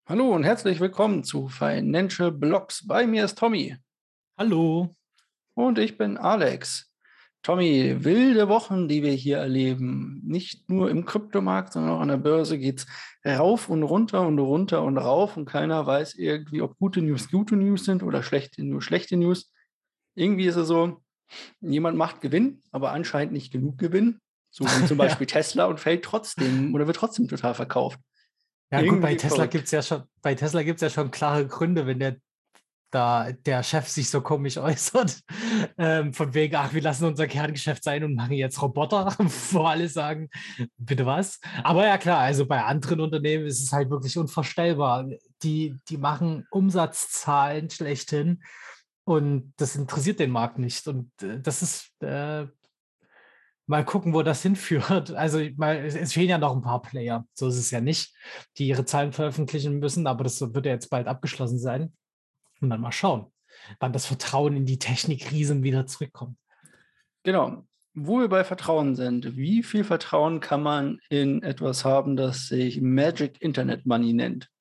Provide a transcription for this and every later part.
Hallo und herzlich willkommen zu Financial Blocks. Bei mir ist Tommy Hallo. und ich bin Alex. Tommy, wilde Wochen, die wir hier erleben. Nicht nur im Kryptomarkt, sondern auch an der Börse geht es rauf und runter und runter und rauf und keiner weiß irgendwie, ob gute News sind oder schlechte News. Irgendwie ist es so, jemand macht Gewinn, aber anscheinend nicht genug Gewinn, so wie zum Beispiel Ja. Tesla und fällt trotzdem oder wird trotzdem total verkauft. Ja, gut, Irgendwie verrückt. Bei Tesla gibt's ja schon klare Gründe, wenn der Chef sich so komisch äußert. Von wegen, ach, wir lassen unser Kerngeschäft sein und machen jetzt Roboter, wo alle sagen, bitte was? Aber ja, klar, also bei anderen Unternehmen ist es halt wirklich unvorstellbar. Die machen Umsatzzahlen schlechthin und das interessiert den Markt nicht. Und das ist mal gucken, wo das hinführt. Also es fehlen ja noch ein paar Player, so ist es ja nicht, die ihre Zahlen veröffentlichen müssen, aber das wird ja jetzt bald abgeschlossen sein. Und dann mal schauen, wann das Vertrauen in die Technikriesen wieder zurückkommt. Genau. Wo wir bei Vertrauen sind, wie viel Vertrauen kann man in etwas haben, das sich Magic Internet Money nennt?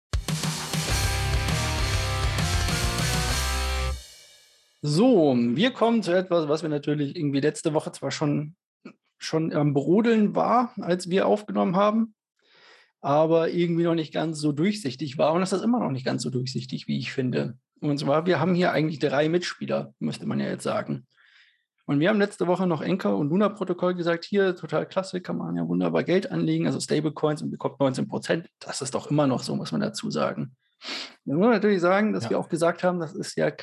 So, wir kommen zu etwas, was wir natürlich irgendwie letzte Woche zwar schon am Brodeln war, als wir aufgenommen haben, aber irgendwie noch nicht ganz so durchsichtig war. Und das ist immer noch nicht ganz so durchsichtig, wie ich finde. Und zwar, wir haben hier eigentlich drei Mitspieler, müsste man ja jetzt sagen. Und wir haben letzte Woche noch Anchor und Luna-Protokoll gesagt, hier, total klasse, kann man ja wunderbar Geld anlegen, also Stablecoins und bekommt 19%. Das ist doch immer noch so, muss man dazu sagen. Da muss man natürlich sagen, dass wir Ja. auch gesagt haben, das ist ja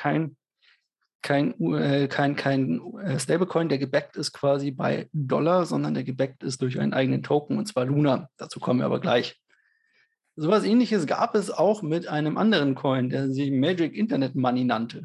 kein Stablecoin, der gebackt ist quasi bei Dollar, sondern der gebackt ist durch einen eigenen Token, und zwar Luna. Dazu kommen wir aber gleich. Sowas Ähnliches gab es auch mit einem anderen Coin, der sich Magic Internet Money nannte.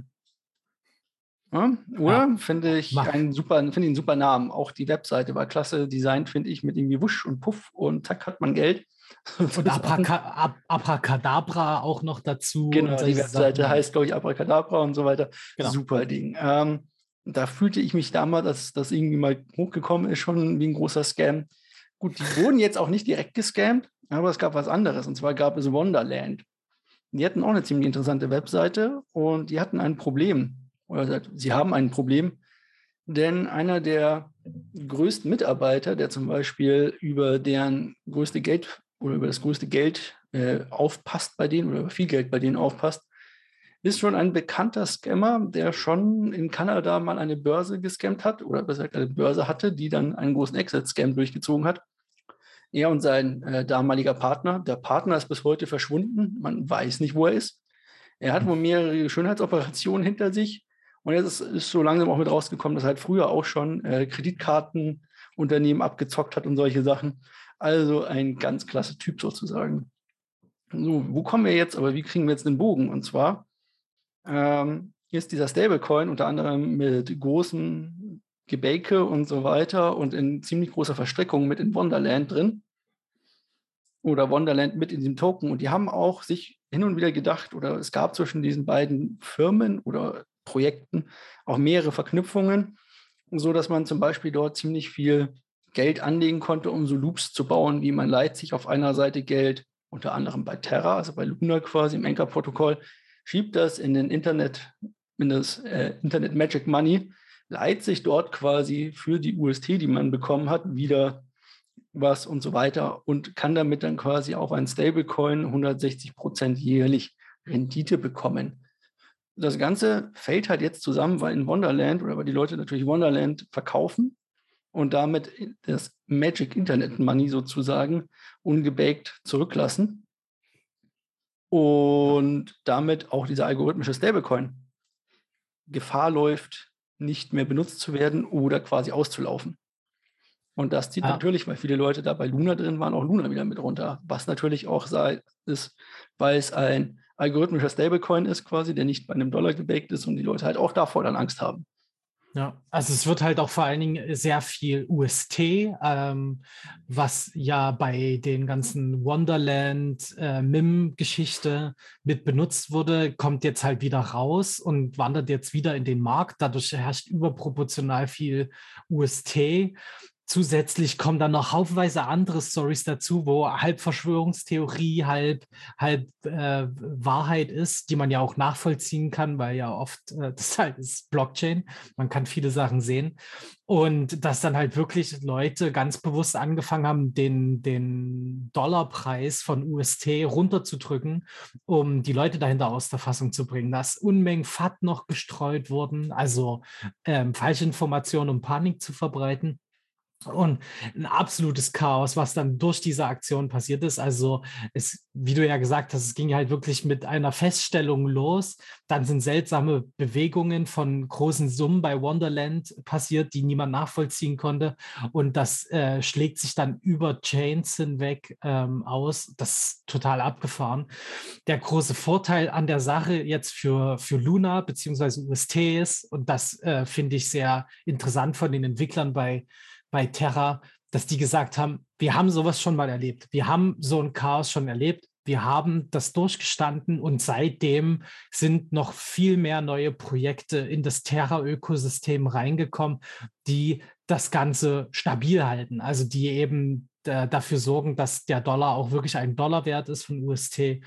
Ja, Ja, oder? Finde ich einen super Namen. Auch die Webseite war klasse designt, finde ich, mit irgendwie Wusch und Puff und zack hat man Geld. und Sozusagen. Abracadabra auch noch dazu und Genau, die solche Webseite Sachen. heißt, glaube ich, Abracadabra und so weiter. Genau. Super Ding. Da fühlte ich mich damals, als das irgendwie mal hochgekommen ist, schon wie ein großer Scam. Gut, die wurden jetzt auch nicht direkt gescammt, aber es gab was anderes. Und zwar gab es Wonderland. Die hatten auch eine ziemlich interessante Webseite und die hatten ein Problem. Oder sie haben ein Problem, denn einer der größten Mitarbeiter, der zum Beispiel über deren größte Geld oder über das größte Geld aufpasst bei denen oder über viel Geld bei denen aufpasst, ist schon ein bekannter Scammer, der schon in Kanada mal eine Börse gescammt hat oder besser gesagt eine Börse hatte, die dann einen großen Exit-Scam durchgezogen hat. Er und sein damaliger Partner. Der Partner ist bis heute verschwunden. Man weiß nicht, wo er ist. Er hat wohl mehrere Schönheitsoperationen hinter sich. Und jetzt ist so langsam auch mit rausgekommen, dass er halt früher auch schon Kreditkartenunternehmen abgezockt hat und solche Sachen. Also ein ganz klasse Typ sozusagen. So, wo kommen wir jetzt, aber wie kriegen wir jetzt den Bogen? Und zwar ist dieser Stablecoin unter anderem mit großem Gebäke und so weiter und in ziemlich großer Verstrickung mit in Wonderland drin oder Wonderland mit in diesem Token. Und die haben auch sich hin und wieder gedacht, oder es gab zwischen diesen beiden Firmen oder Projekten auch mehrere Verknüpfungen, so dass man zum Beispiel dort ziemlich viel Geld anlegen konnte, um so Loops zu bauen, wie man leiht sich auf einer Seite Geld, unter anderem bei Terra, also bei Luna quasi im Anchor-Protokoll, schiebt das in das Internet Magic Money, leiht sich dort quasi für die UST, die man bekommen hat, wieder was und so weiter und kann damit dann quasi auf einen Stablecoin 160% jährlich Rendite bekommen. Das Ganze fällt halt jetzt zusammen, weil in Wonderland oder weil die Leute natürlich Wonderland verkaufen und damit das Magic Internet Money sozusagen ungebaked zurücklassen Ja. und damit auch dieser algorithmische Stablecoin Gefahr läuft, nicht mehr benutzt zu werden oder quasi auszulaufen. Und das zieht Ja. natürlich, weil viele Leute da bei Luna drin waren, auch Luna wieder mit runter. Was natürlich auch ist, weil es ein algorithmischer Stablecoin ist quasi, der nicht bei einem Dollar gebaked ist und die Leute halt auch davor dann Angst haben. Ja, also es wird halt auch vor allen Dingen sehr viel UST, was ja bei den ganzen Wonderland, MIM-Geschichte mit benutzt wurde, kommt jetzt halt wieder raus und wandert jetzt wieder in den Markt. Dadurch herrscht überproportional viel UST. zusätzlich kommen dann noch haufenweise andere Stories dazu, wo halb Verschwörungstheorie, halb Wahrheit ist, die man ja auch nachvollziehen kann, weil ja oft das halt ist Blockchain. Man kann viele Sachen sehen. Und dass dann halt wirklich Leute ganz bewusst angefangen haben, den Dollarpreis von UST runterzudrücken, um die Leute dahinter aus der Fassung zu bringen. Dass Unmengen FAT noch gestreut wurden, also falsche Informationen, um Panik zu verbreiten. Und ein absolutes Chaos, was dann durch diese Aktion passiert ist. Also, wie du ja gesagt hast, es ging halt wirklich mit einer Feststellung los. Dann sind seltsame Bewegungen von großen Summen bei Wonderland passiert, die niemand nachvollziehen konnte. Und das schlägt sich dann über Chains hinweg aus. Das ist total abgefahren. Der große Vorteil an der Sache jetzt für Luna bzw. UST ist, und das finde ich sehr interessant von den Entwicklern bei Terra, dass die gesagt haben, wir haben sowas schon mal erlebt. Wir haben so ein Chaos schon erlebt. Wir haben das durchgestanden und seitdem sind noch viel mehr neue Projekte in das Terra-Ökosystem reingekommen, die das Ganze stabil halten. Also die eben dafür sorgen, dass der Dollar auch wirklich ein Dollar wert ist von UST.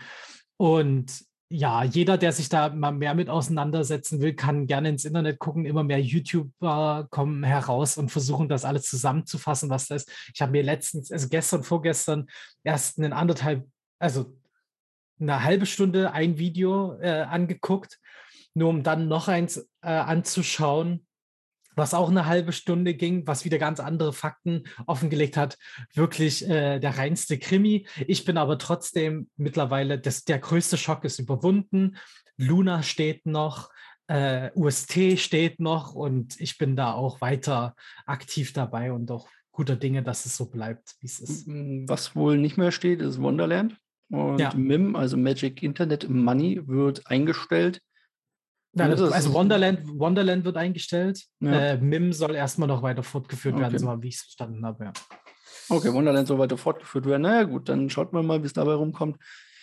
Und ja, jeder, der sich da mal mehr mit auseinandersetzen will, kann gerne ins Internet gucken. Immer mehr YouTuber kommen heraus und versuchen, das alles zusammenzufassen, was das ist. Ich habe mir letztens, also gestern, vorgestern, erst also eine halbe Stunde ein Video angeguckt, nur um dann noch eins anzuschauen, was auch eine halbe Stunde ging, was wieder ganz andere Fakten offengelegt hat. Wirklich der reinste Krimi. Ich bin aber trotzdem mittlerweile, der größte Schock ist überwunden. Luna steht noch, UST steht noch und ich bin da auch weiter aktiv dabei und auch guter Dinge, dass es so bleibt, wie es ist. Was wohl nicht mehr steht, ist Wonderland. Und Ja. MIM, also Magic Internet Money, wird eingestellt. Also Wonderland wird eingestellt. Ja. MIM soll erstmal noch weiter fortgeführt werden, Okay. so wie ich es verstanden habe. Ja. Okay, Wonderland soll weiter fortgeführt werden. Naja, gut, dann schaut man mal, wie es dabei rumkommt.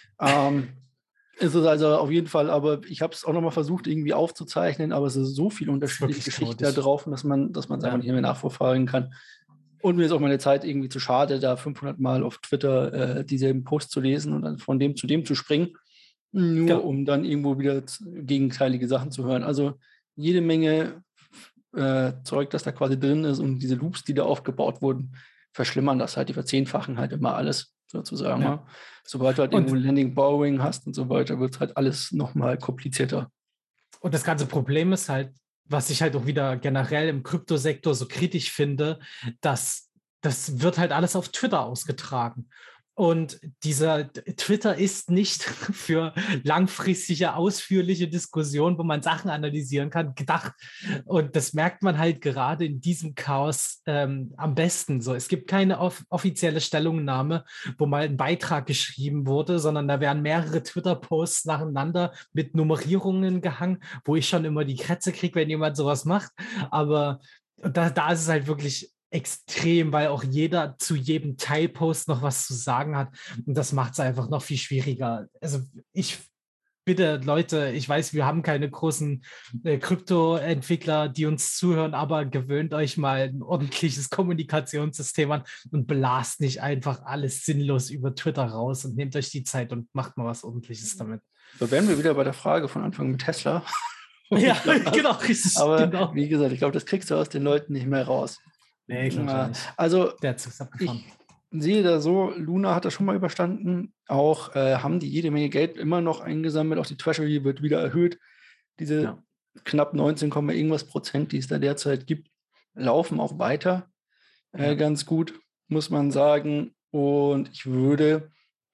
Ist es also auf jeden Fall, aber ich habe es auch nochmal versucht, irgendwie aufzuzeichnen, aber es ist so viel unterschiedliche Geschichten da drauf, dass man es einfach nicht mehr nachverfolgen kann. Und mir ist auch meine Zeit irgendwie zu schade, da 500 Mal auf Twitter dieselben Posts zu lesen und dann von dem zu dem zu springen, nur um dann irgendwo wieder gegenteilige Sachen zu hören. Also jede Menge Zeug, das da quasi drin ist und diese Loops, die da aufgebaut wurden, verschlimmern das halt, die verzehnfachen halt immer alles sozusagen. Ja. Sobald du halt irgendwo Landing Borrowing hast und so weiter, wird es halt alles nochmal komplizierter. Und das ganze Problem ist halt, was ich halt auch wieder generell im Kryptosektor so kritisch finde, dass das wird halt alles auf Twitter ausgetragen. Und dieser Twitter ist nicht für langfristige, ausführliche Diskussionen, wo man Sachen analysieren kann, gedacht. Und das merkt man halt gerade in diesem Chaos am besten so. Es gibt keine offizielle Stellungnahme, wo mal ein Beitrag geschrieben wurde, sondern da werden mehrere Twitter-Posts nacheinander mit Nummerierungen gehangen, wo ich schon immer die Krätze kriege, wenn jemand sowas macht. Aber da ist es halt wirklich extrem, weil auch jeder zu jedem Teilpost noch was zu sagen hat. Und das macht es einfach noch viel schwieriger. Also ich bitte, Leute, ich weiß, wir haben keine großen Krypto-Entwickler, die uns zuhören, aber gewöhnt euch mal ein ordentliches Kommunikationssystem an und blast nicht einfach alles sinnlos über Twitter raus und nehmt euch die Zeit und macht mal was Ordentliches damit. Da wären wir wieder bei der Frage von Anfang mit Tesla. Ja, genau, richtig. Aber genau. Wie gesagt, ich glaube, das kriegst du aus den Leuten nicht mehr raus. Nee, ich glaube nicht. Also, der Zug ist abgefahren. Ich sehe da so, Luna hat das schon mal überstanden. Auch haben die jede Menge Geld immer noch eingesammelt. Auch die Treasury wird wieder erhöht. Diese knapp 19, irgendwas Prozent, die es da derzeit gibt, laufen auch weiter ganz gut, muss man sagen. Und ich würde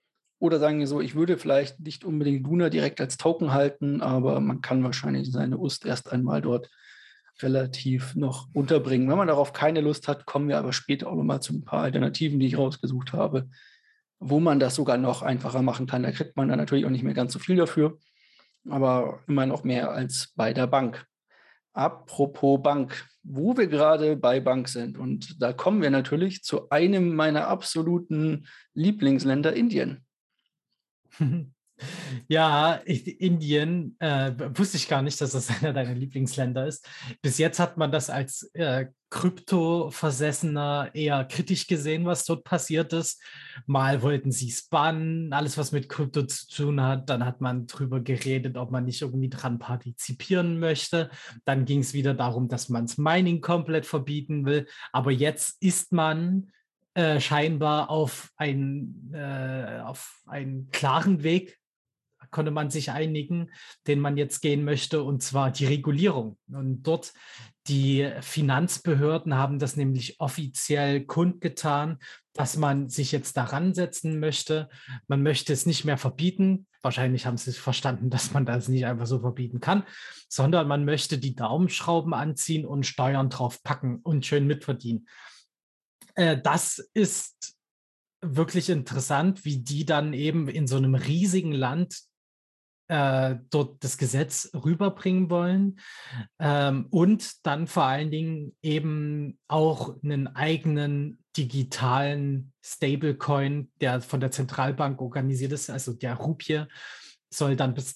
vielleicht nicht unbedingt Luna direkt als Token halten, aber man kann wahrscheinlich seine UST erst einmal dort relativ noch unterbringen. Wenn man darauf keine Lust hat, kommen wir aber später auch nochmal zu ein paar Alternativen, die ich rausgesucht habe, wo man das sogar noch einfacher machen kann. Da kriegt man dann natürlich auch nicht mehr ganz so viel dafür, aber immer noch mehr als bei der Bank. Apropos Bank, wo wir gerade bei Bank sind, und da kommen wir natürlich zu einem meiner absoluten Lieblingsländer, Indien. Ja, Indien wusste ich gar nicht, dass das einer deiner Lieblingsländer ist. Bis jetzt hat man das als Krypto-Versessener eher kritisch gesehen, was dort passiert ist. Mal wollten sie es bannen, alles was mit Krypto zu tun hat. Dann hat man drüber geredet, ob man nicht irgendwie dran partizipieren möchte. Dann ging es wieder darum, dass man das Mining komplett verbieten will. Aber jetzt ist man scheinbar auf einen klaren Weg konnte man sich einigen, den man jetzt gehen möchte, und zwar die Regulierung. Und dort die Finanzbehörden haben das nämlich offiziell kundgetan, dass man sich jetzt daran setzen möchte. Man möchte es nicht mehr verbieten. Wahrscheinlich haben sie es verstanden, dass man das nicht einfach so verbieten kann, sondern man möchte die Daumenschrauben anziehen und Steuern drauf packen und schön mitverdienen. Das ist wirklich interessant, wie die dann eben in so einem riesigen Land dort das Gesetz rüberbringen wollen und dann vor allen Dingen eben auch einen eigenen digitalen Stablecoin, der von der Zentralbank organisiert ist, also der Rupie, soll dann bis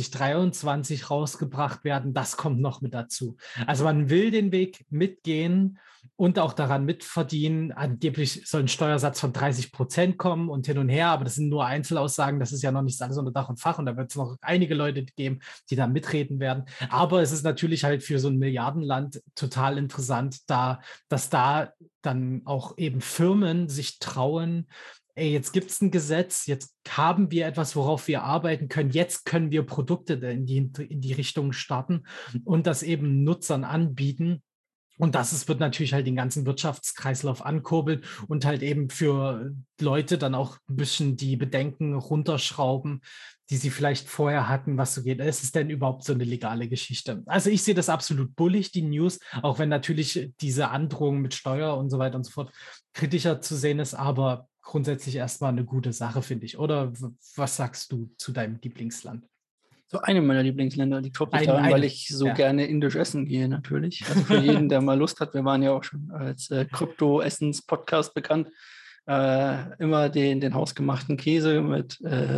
2023 rausgebracht werden. Das kommt noch mit dazu. Also man will den Weg mitgehen und auch daran mitverdienen. Angeblich soll ein Steuersatz von 30% kommen und hin und her, aber das sind nur Einzelaussagen. Das ist ja noch nicht alles unter Dach und Fach und da wird es noch einige Leute geben, die da mitreden werden. Aber es ist natürlich halt für so ein Milliardenland total interessant, dass da dann auch eben Firmen sich trauen, ey, jetzt gibt es ein Gesetz, jetzt haben wir etwas, worauf wir arbeiten können, jetzt können wir Produkte in die Richtung starten und das eben Nutzern anbieten. Und wird natürlich halt den ganzen Wirtschaftskreislauf ankurbeln und halt eben für Leute dann auch ein bisschen die Bedenken runterschrauben, die sie vielleicht vorher hatten, was so geht. Ist es denn überhaupt so eine legale Geschichte? Also ich sehe das absolut bullig, die News, auch wenn natürlich diese Androhung mit Steuer und so weiter und so fort kritischer zu sehen ist, aber grundsätzlich erstmal eine gute Sache, finde ich. Oder was sagst du zu deinem Lieblingsland? So einem meiner Lieblingsländer liegt hauptsächlich daran, weil ich so gerne indisch essen gehe, natürlich. Also für jeden, der mal Lust hat, wir waren ja auch schon als Krypto-Essens-Podcast bekannt, immer den hausgemachten Käse mit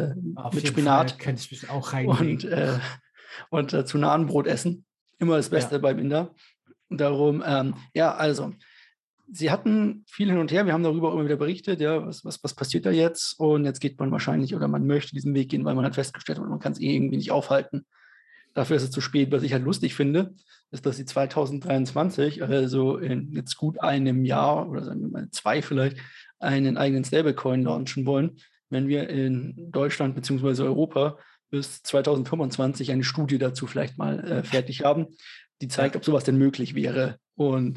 Spinat könnte ich mich auch reinlegen. und dazu Nahenbrot essen. Immer das Beste beim Inder. Und darum, also sie hatten viel hin und her, wir haben darüber immer wieder berichtet, ja, was passiert da jetzt? Und jetzt geht man wahrscheinlich oder man möchte diesen Weg gehen, weil man hat festgestellt, man kann es irgendwie nicht aufhalten. Dafür ist es zu spät. Was ich halt lustig finde, ist, dass sie 2023, also in jetzt gut einem Jahr oder sagen wir mal 2 vielleicht, einen eigenen Stablecoin launchen wollen, wenn wir in Deutschland bzw. Europa bis 2025 eine Studie dazu vielleicht mal fertig haben, die zeigt, ob sowas denn möglich wäre. Und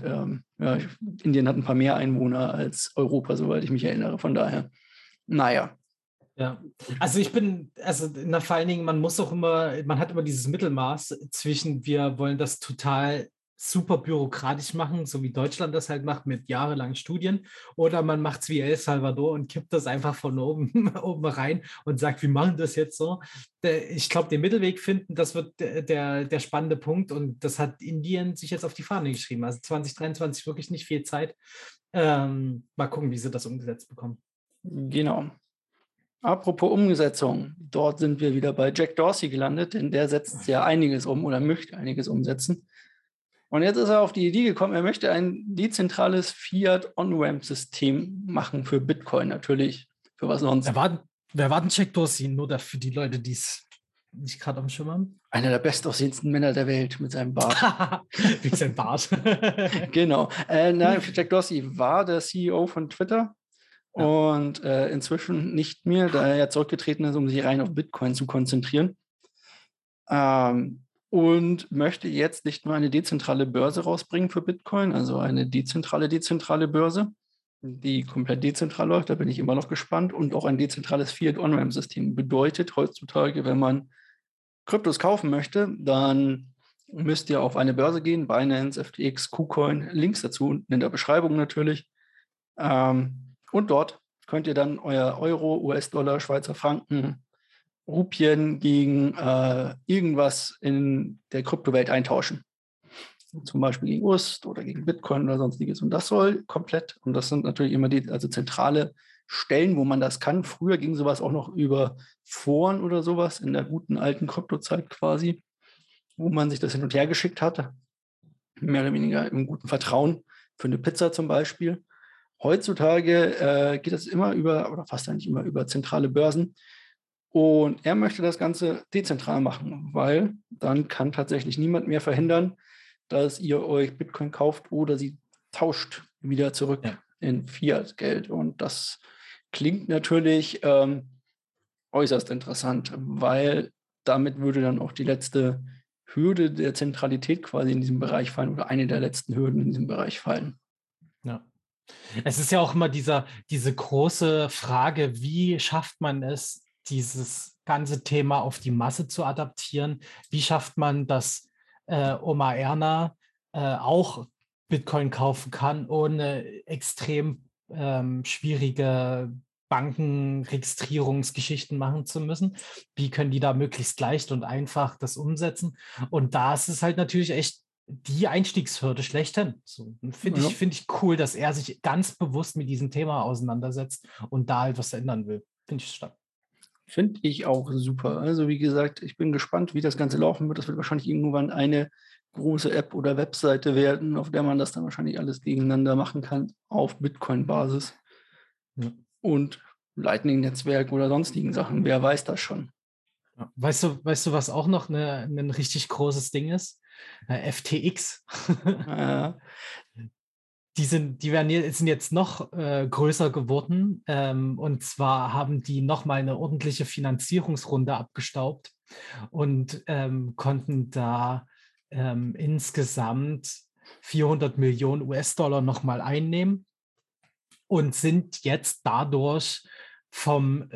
Indien hat ein paar mehr Einwohner als Europa, soweit ich mich erinnere. Von daher, naja. Ja, also vor allen Dingen, man hat immer dieses Mittelmaß zwischen, wir wollen das total super bürokratisch machen, so wie Deutschland das halt macht mit jahrelangen Studien, oder man macht es wie El Salvador und kippt das einfach von oben, oben rein und sagt, wir machen das jetzt so. Ich glaube, den Mittelweg finden, das wird der spannende Punkt und das hat Indien sich jetzt auf die Fahne geschrieben. Also 2023 wirklich nicht viel Zeit. Mal gucken, wie sie das umgesetzt bekommen. Genau. Apropos Umsetzung, dort sind wir wieder bei Jack Dorsey gelandet, denn der setzt ja einiges um oder möchte einiges umsetzen. Und jetzt ist er auf die Idee gekommen, er möchte ein dezentrales Fiat-On-Ramp-System machen für Bitcoin natürlich. Für was sonst? Wer war denn Jack Dorsey? Nur für die Leute, die es nicht gerade am Schirm haben. Einer der bestaussehendsten Männer der Welt mit seinem Bart. Mit seinem Bart. Genau. Nein, Jack Dorsey war der CEO von Twitter. Ja. Und inzwischen nicht mehr, da er ja zurückgetreten ist, um sich rein auf Bitcoin zu konzentrieren. Und möchte jetzt nicht nur eine dezentrale Börse rausbringen für Bitcoin, also eine dezentrale Börse, die komplett dezentral läuft, da bin ich immer noch gespannt, und auch ein dezentrales Fiat-On-Ramp-System. Bedeutet heutzutage, wenn man Kryptos kaufen möchte, dann müsst ihr auf eine Börse gehen, Binance, FTX, KuCoin, Links dazu unten in der Beschreibung natürlich. Und dort könnt ihr dann euer Euro, US-Dollar, Schweizer Franken, Rupien gegen irgendwas in der Kryptowelt eintauschen. Zum Beispiel gegen USD oder gegen Bitcoin oder sonstiges. Und das soll komplett, und das sind natürlich immer zentrale Stellen, wo man das kann. Früher ging sowas auch noch über Foren oder sowas, in der guten alten Kryptozeit quasi, wo man sich das hin und her geschickt hatte. Mehr oder weniger im guten Vertrauen für eine Pizza zum Beispiel. Heutzutage geht das immer über, oder fast eigentlich immer über zentrale Börsen. Und er möchte das Ganze dezentral machen, weil dann kann tatsächlich niemand mehr verhindern, dass ihr euch Bitcoin kauft oder sie tauscht wieder zurück in Fiat-Geld. Und das klingt natürlich äußerst interessant, weil damit würde dann auch die letzte Hürde der Zentralität quasi in diesem Bereich fallen oder eine der letzten Hürden in diesem Bereich fallen. Ja. Es ist ja auch immer diese große Frage, wie schafft man es, dieses ganze Thema auf die Masse zu adaptieren? Wie schafft man, dass Oma Erna auch Bitcoin kaufen kann, ohne extrem schwierige Bankenregistrierungsgeschichten machen zu müssen? Wie können die da möglichst leicht und einfach das umsetzen? Und da ist es halt natürlich echt die Einstiegshürde schlechthin. So, finde ich cool, dass er sich ganz bewusst mit diesem Thema auseinandersetzt und da halt was ändern will. Finde ich stark. Finde ich auch super. Also wie gesagt, ich bin gespannt, wie das Ganze laufen wird. Das wird wahrscheinlich irgendwann eine große App oder Webseite werden, auf der man das dann wahrscheinlich alles gegeneinander machen kann auf Bitcoin-Basis. Ja. Und Lightning-Netzwerk oder sonstigen Sachen. Wer weiß das schon. Ja. Weißt du, was auch noch ein richtig großes Ding ist? FTX. sind jetzt noch größer geworden. Und zwar haben die nochmal eine ordentliche Finanzierungsrunde abgestaubt und konnten da insgesamt 400 Millionen US-Dollar nochmal einnehmen und sind jetzt dadurch vom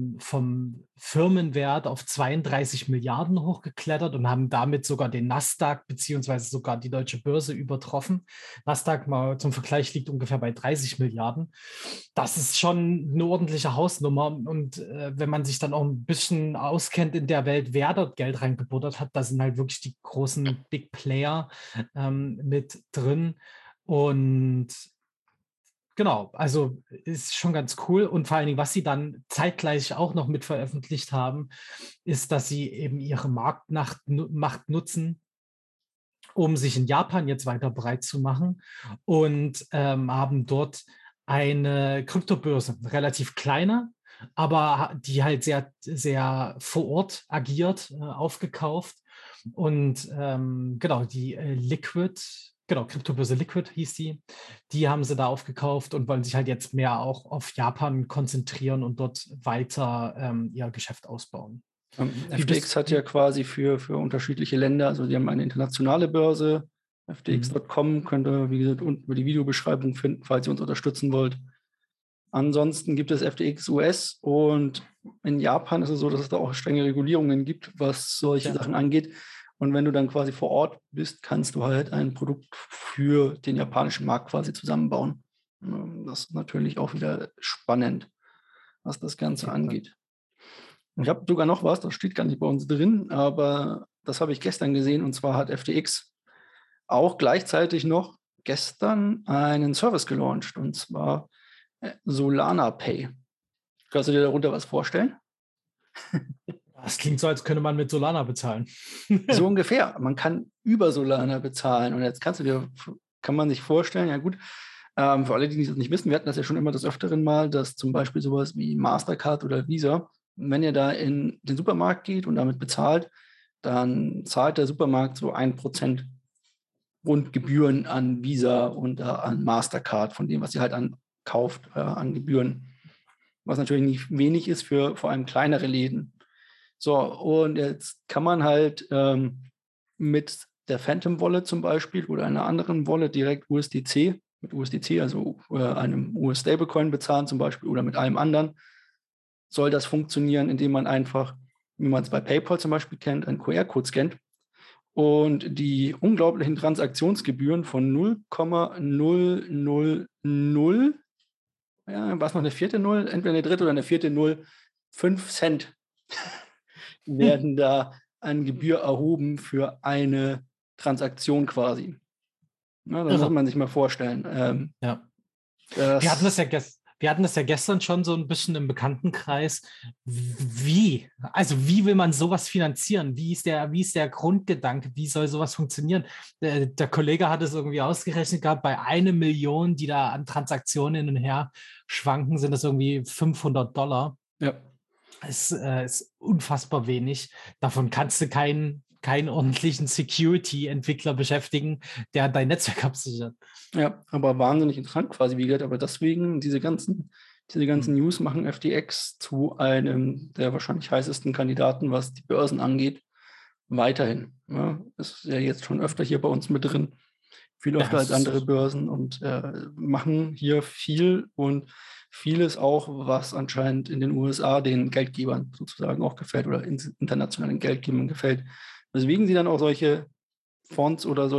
Firmenwert auf 32 Milliarden hochgeklettert und haben damit sogar den Nasdaq beziehungsweise sogar die deutsche Börse übertroffen. Nasdaq mal zum Vergleich liegt ungefähr bei 30 Milliarden. Das ist schon eine ordentliche Hausnummer. Und wenn man sich dann auch ein bisschen auskennt in der Welt, wer dort Geld reingebuttert hat, da sind halt wirklich die großen Big Player mit drin. Und genau, also ist schon ganz cool. Und vor allen Dingen, was sie dann zeitgleich auch noch mit veröffentlicht haben, ist, dass sie eben ihre Marktmacht nutzen, um sich in Japan jetzt weiter breit zu machen und haben dort eine Kryptobörse, relativ kleine, aber die halt sehr, sehr vor Ort agiert, aufgekauft. Und genau, die Kryptobörse Liquid hieß die. Die haben sie da aufgekauft und wollen sich halt jetzt mehr auch auf Japan konzentrieren und dort weiter ihr Geschäft ausbauen. FTX hat ja quasi für unterschiedliche Länder, also die haben eine internationale Börse, ftx.com, könnt ihr, wie gesagt, unten über die Videobeschreibung finden, falls ihr uns unterstützen wollt. Ansonsten gibt es FTX US und in Japan ist es so, dass es da auch strenge Regulierungen gibt, was solche Sachen angeht. Und wenn du dann quasi vor Ort bist, kannst du halt ein Produkt für den japanischen Markt quasi zusammenbauen. Das ist natürlich auch wieder spannend, was das Ganze angeht. Ich habe sogar noch was, das steht gar nicht bei uns drin, aber das habe ich gestern gesehen, und zwar hat FTX auch gleichzeitig noch gestern einen Service gelauncht, und zwar Solana Pay. Kannst du dir darunter was vorstellen? Das klingt so, als könnte man mit Solana bezahlen. So ungefähr. Man kann über Solana bezahlen. Und jetzt kann man sich vorstellen, ja gut, für alle, die das nicht wissen, wir hatten das ja schon immer des Öfteren mal, dass zum Beispiel sowas wie Mastercard oder Visa, wenn ihr da in den Supermarkt geht und damit bezahlt, dann zahlt der Supermarkt so 1% Grundgebühren an Visa und an Mastercard von dem, was ihr halt ankauft, an Gebühren. Was natürlich nicht wenig ist für vor allem kleinere Läden. So, und jetzt kann man halt mit der Phantom Wallet zum Beispiel oder einer anderen Wallet direkt mit USDC, also einem US-Stablecoin bezahlen zum Beispiel oder mit allem anderen. Soll das funktionieren, indem man einfach, wie man es bei PayPal zum Beispiel kennt, einen QR-Code scannt und die unglaublichen Transaktionsgebühren von 0,000, ja, was noch eine vierte Null, entweder eine dritte oder eine vierte Null, 5 Cent werden da an Gebühr erhoben für eine Transaktion quasi. Na, das muss man sich mal vorstellen. Ja. Wir hatten das ja wir hatten das ja gestern schon so ein bisschen im Bekanntenkreis. Wie will man sowas finanzieren? Wie ist der Grundgedanke? Wie soll sowas funktionieren? Der Kollege hat es irgendwie ausgerechnet gehabt, bei 1 Million, die da an Transaktionen hin und her schwanken, sind das irgendwie $500. Ja. Es ist unfassbar wenig. Davon kannst du keinen ordentlichen Security-Entwickler beschäftigen, der dein Netzwerk absichert. Ja, aber wahnsinnig interessant quasi, wie gesagt. Aber deswegen, diese ganzen News machen FTX zu einem der wahrscheinlich heißesten Kandidaten, was die Börsen angeht, weiterhin. Ja, ist ja jetzt schon öfter hier bei uns mit drin, viel öfter als andere Börsen und machen hier viel und vieles auch, was anscheinend in den USA den Geldgebern sozusagen auch gefällt oder internationalen Geldgebern gefällt. Weswegen sie dann auch solche Fonds oder